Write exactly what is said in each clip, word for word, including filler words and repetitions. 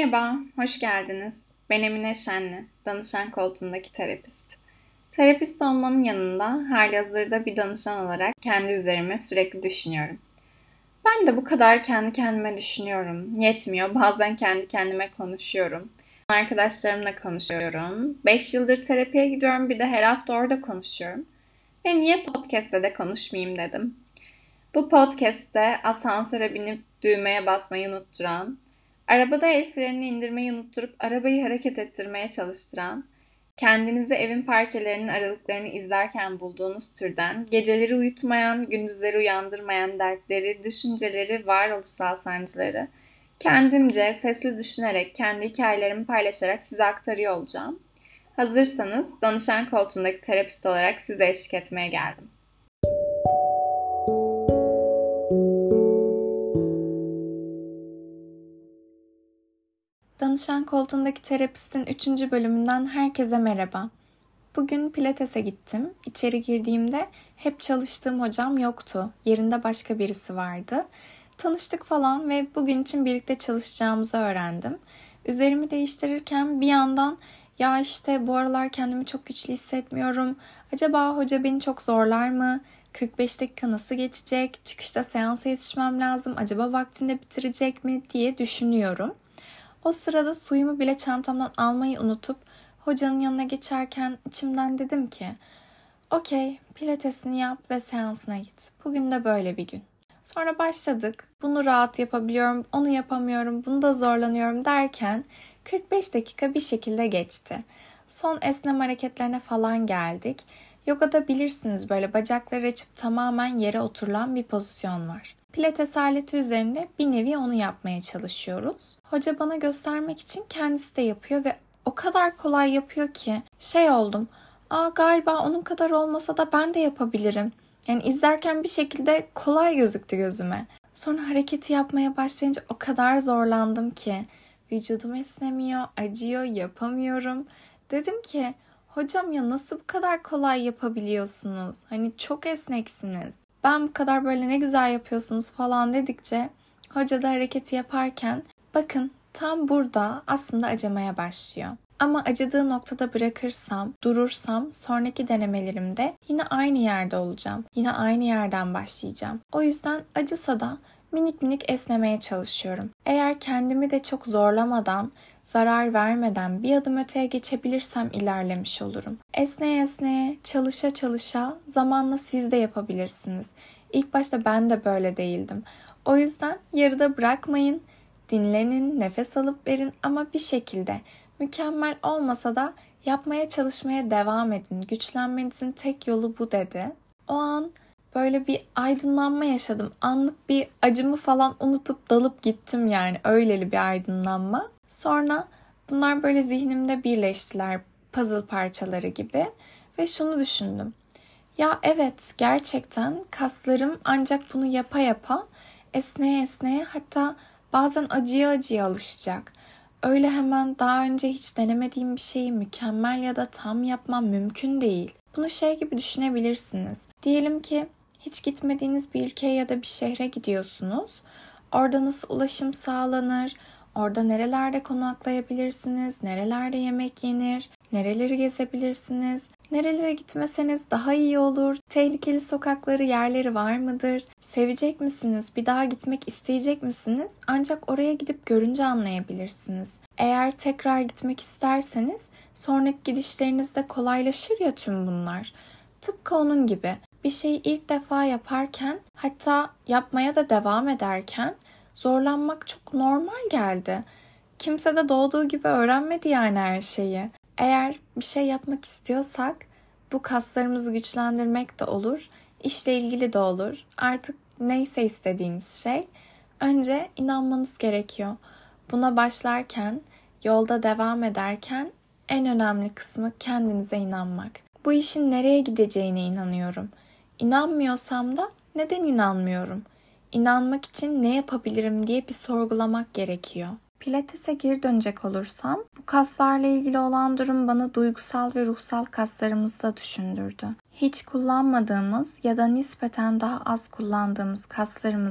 Merhaba, hoş geldiniz. Ben Emine Şenli, danışan koltuğundaki terapist. Terapist olmanın yanında halihazırda bir danışan olarak kendi üzerime sürekli düşünüyorum. Ben de bu kadar kendi kendime düşünüyorum. Yetmiyor, bazen kendi kendime konuşuyorum. Arkadaşlarımla konuşuyorum. beş yıldır terapiye gidiyorum, bir de her hafta orada konuşuyorum. Ve niye podcast'te de konuşmayayım dedim. Bu podcast'te asansöre binip düğmeye basmayı unutturan, arabada el frenini indirmeyi unutturup arabayı hareket ettirmeye çalıştıran, kendinizi evin parkelerinin aralıklarını izlerken bulduğunuz türden, geceleri uyutmayan, gündüzleri uyandırmayan dertleri, düşünceleri, varoluşsal sancıları, kendimce sesli düşünerek, kendi hikayelerimi paylaşarak size aktarıyor olacağım. Hazırsanız danışan koltuğundaki terapist olarak size eşlik etmeye geldim. Danışan koltuğundaki terapistin üçüncü bölümünden herkese merhaba. Bugün pilatese gittim. İçeri girdiğimde hep çalıştığım hocam yoktu. Yerinde başka birisi vardı. Tanıştık falan ve bugün için birlikte çalışacağımızı öğrendim. Üzerimi değiştirirken bir yandan ya işte bu aralar kendimi çok güçlü hissetmiyorum. Acaba hoca beni çok zorlar mı? kırk beş dakika nasıl geçecek? Çıkışta seansa yetişmem lazım. Acaba vaktinde bitirecek mi diye düşünüyorum. O sırada suyumu bile çantamdan almayı unutup hocanın yanına geçerken içimden dedim ki okey, pilatesini yap ve seansına git. Bugün de böyle bir gün. Sonra başladık. Bunu rahat yapabiliyorum, onu yapamıyorum, bunu da zorlanıyorum derken kırk beş dakika bir şekilde geçti. Son esneme hareketlerine falan geldik. Yogada bilirsiniz böyle bacakları açıp tamamen yere oturulan bir pozisyon var. Pilates aleti üzerinde bir nevi onu yapmaya çalışıyoruz. Hoca bana göstermek için kendisi de yapıyor ve o kadar kolay yapıyor ki şey oldum. Aa galiba onun kadar olmasa da ben de yapabilirim. Yani izlerken bir şekilde kolay gözüktü gözüme. Sonra hareketi yapmaya başlayınca o kadar zorlandım ki vücudum esnemiyor, acıyor, yapamıyorum. Dedim ki hocam ya nasıl bu kadar kolay yapabiliyorsunuz? Hani çok esneksiniz. Ben bu kadar böyle ne güzel yapıyorsunuz falan dedikçe hoca da hareketi yaparken bakın tam burada aslında acımaya başlıyor. Ama acıdığı noktada bırakırsam, durursam sonraki denemelerimde yine aynı yerde olacağım. Yine aynı yerden başlayacağım. O yüzden acısa da minik minik esnemeye çalışıyorum. Eğer kendimi de çok zorlamadan, zarar vermeden bir adım öteye geçebilirsem ilerlemiş olurum. Esneye esneye, çalışa çalışa zamanla siz de yapabilirsiniz. İlk başta ben de böyle değildim. O yüzden yarıda bırakmayın, dinlenin, nefes alıp verin ama bir şekilde mükemmel olmasa da yapmaya çalışmaya devam edin. Güçlenmenizin tek yolu bu dedi. O an böyle bir aydınlanma yaşadım. Anlık bir acımı falan unutup dalıp gittim yani. Öyleli bir aydınlanma. Sonra bunlar böyle zihnimde birleştiler puzzle parçaları gibi. Ve şunu düşündüm. Ya evet gerçekten kaslarım ancak bunu yapa yapa esneye esneye hatta bazen acıya acıya alışacak. Öyle hemen daha önce hiç denemediğim bir şeyi mükemmel ya da tam yapmam mümkün değil. Bunu şey gibi düşünebilirsiniz. Diyelim ki hiç gitmediğiniz bir ülkeye ya da bir şehre gidiyorsunuz. Orada nasıl ulaşım sağlanır? Orada nerelerde konaklayabilirsiniz? Nerelerde yemek yenir? Nereleri gezebilirsiniz? Nerelere gitmeseniz daha iyi olur? Tehlikeli sokakları, yerleri var mıdır? Sevecek misiniz? Bir daha gitmek isteyecek misiniz? Ancak oraya gidip görünce anlayabilirsiniz. Eğer tekrar gitmek isterseniz sonraki gidişlerinizde kolaylaşır ya tüm bunlar. Tıpkı onun gibi. Bir şeyi ilk defa yaparken hatta yapmaya da devam ederken zorlanmak çok normal geldi. Kimse de doğduğu gibi öğrenmedi yani her şeyi. Eğer bir şey yapmak istiyorsak bu kaslarımızı güçlendirmek de olur, işle ilgili de olur. Artık neyse istediğiniz şey. Önce inanmanız gerekiyor. Buna başlarken, yolda devam ederken en önemli kısmı kendinize inanmak. Bu işin nereye gideceğine inanıyorum. İnanmıyorsam da neden inanmıyorum? İnanmak için ne yapabilirim diye bir sorgulamak gerekiyor. Pilates'e geri dönecek olursam, bu kaslarla ilgili olan durum bana duygusal ve ruhsal kaslarımızı da düşündürdü. Hiç kullanmadığımız ya da nispeten daha az kullandığımız kaslarımızı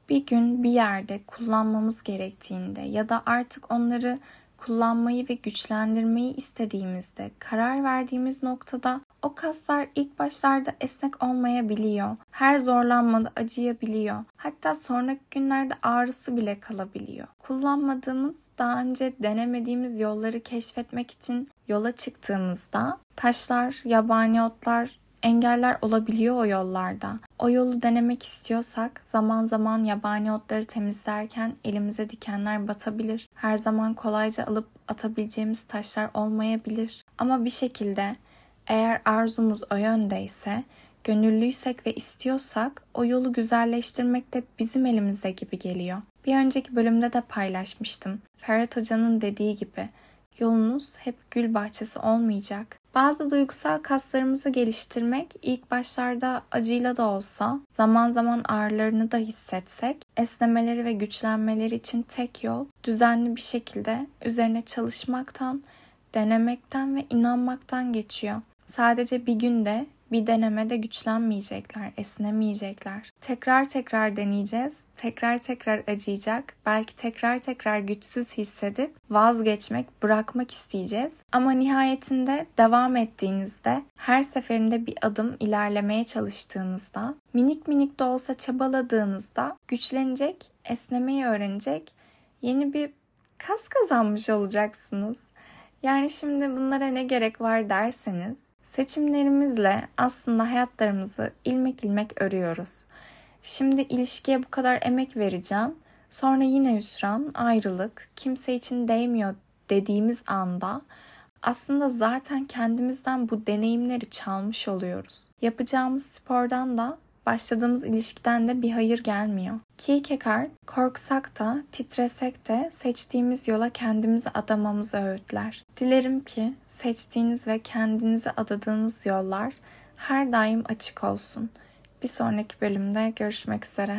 Bir gün bir yerde kullanmamız gerektiğinde ya da artık onları kullanmayı ve güçlendirmeyi istediğimizde, karar verdiğimiz noktada o kaslar ilk başlarda esnek olmayabiliyor. Her zorlanmada acıyabiliyor. Hatta sonraki günlerde ağrısı bile kalabiliyor. Kullanmadığımız, daha önce denemediğimiz yolları keşfetmek için yola çıktığımızda taşlar, yabani otlar, engeller olabiliyor o yollarda. O yolu denemek istiyorsak zaman zaman yabani otları temizlerken elimize dikenler batabilir. Her zaman kolayca alıp atabileceğimiz taşlar olmayabilir. Ama bir şekilde eğer arzumuz o yöndeyse, gönüllüysek ve istiyorsak o yolu güzelleştirmek de bizim elimizde gibi geliyor. Bir önceki bölümde de paylaşmıştım. Ferhat Hoca'nın dediği gibi yolunuz hep gül bahçesi olmayacak. Bazı duygusal kaslarımızı geliştirmek ilk başlarda acıyla da olsa, zaman zaman ağrılarını da hissetsek, esnemeleri ve güçlenmeleri için tek yol düzenli bir şekilde üzerine çalışmaktan, denemekten ve inanmaktan geçiyor. Sadece bir günde, bir denemede güçlenmeyecekler, esnemeyecekler. Tekrar tekrar deneyeceğiz, tekrar tekrar acıyacak, belki tekrar tekrar güçsüz hissedip vazgeçmek, bırakmak isteyeceğiz. Ama nihayetinde devam ettiğinizde, her seferinde bir adım ilerlemeye çalıştığınızda, minik minik de olsa çabaladığınızda güçlenecek, esnemeyi öğrenecek, yeni bir kas kazanmış olacaksınız. Yani şimdi bunlara ne gerek var derseniz, seçimlerimizle aslında hayatlarımızı ilmek ilmek örüyoruz. Şimdi ilişkiye bu kadar emek vereceğim, sonra yine hüsran, ayrılık, kimse için değmiyor dediğimiz anda aslında zaten kendimizden bu deneyimleri çalmış oluyoruz. Yapacağımız spordan da, başladığımız ilişkiden de bir hayır gelmiyor. Kierkegaard, korksak da, titresek de seçtiğimiz yola kendimizi adamamızı öğütler. Dilerim ki seçtiğiniz ve kendinizi adadığınız yollar her daim açık olsun. Bir sonraki bölümde görüşmek üzere.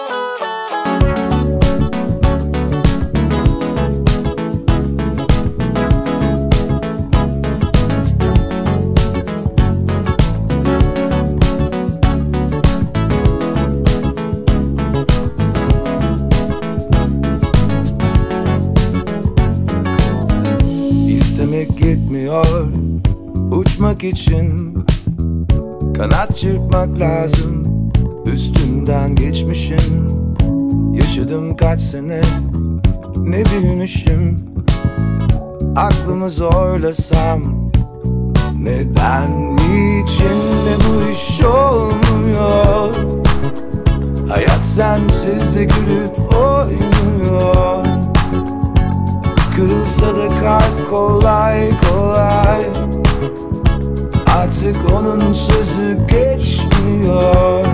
Yetmiyor uçmak için, kanat çırpmak lazım üstünden geçmişin. Yaşadım kaç sene, ne bilmişim. Aklımı zorlasam neden, niçin, ne bu iş olmuyor. Hayat sensiz de gülüp oynuyor. Kırılsa da kalp kolay kolay, artık onun sözü geçmiyor.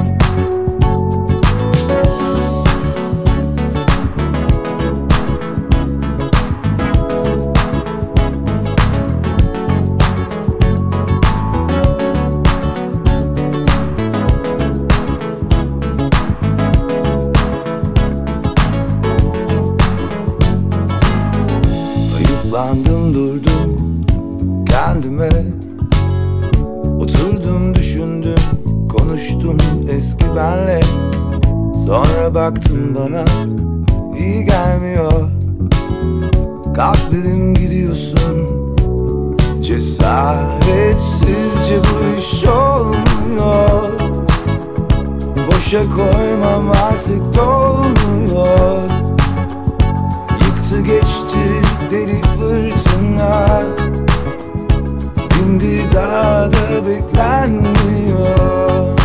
Hayıflandım durdum kendime, oturdum düşündüm konuştum eski benle. Sonra baktım bana iyi gelmiyor. Kalk dedim gidiyorsun, cesaretsizce bu iş olmuyor. Boşa koymam artık dolmuyor. Yıktı geçti deli fırtına, bindi daha da beklenmiyor.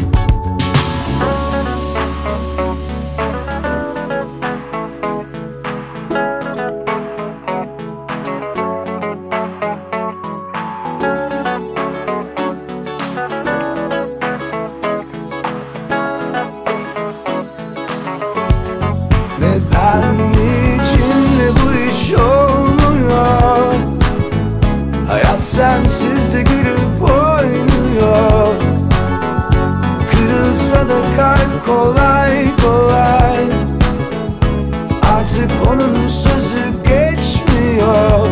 Neden, niçin bu iş olmuyor? Hayat sensiz de gülüp oynuyor. Kırılsa da kalp kolay kolay, artık onun sözü geçmiyor.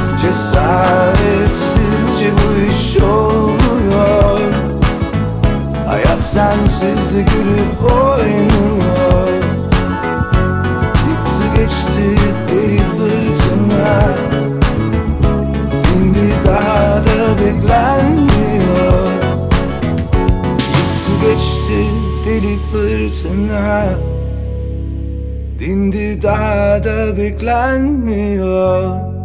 Cesaretsizce bu iş olmuyor. Hayat sensiz de gülüp oynuyor. geçti deli fırtına. Dindi daha da beklenmiyor. Yıktı geçti deli fırtına. Dindi daha da beklenmiyor.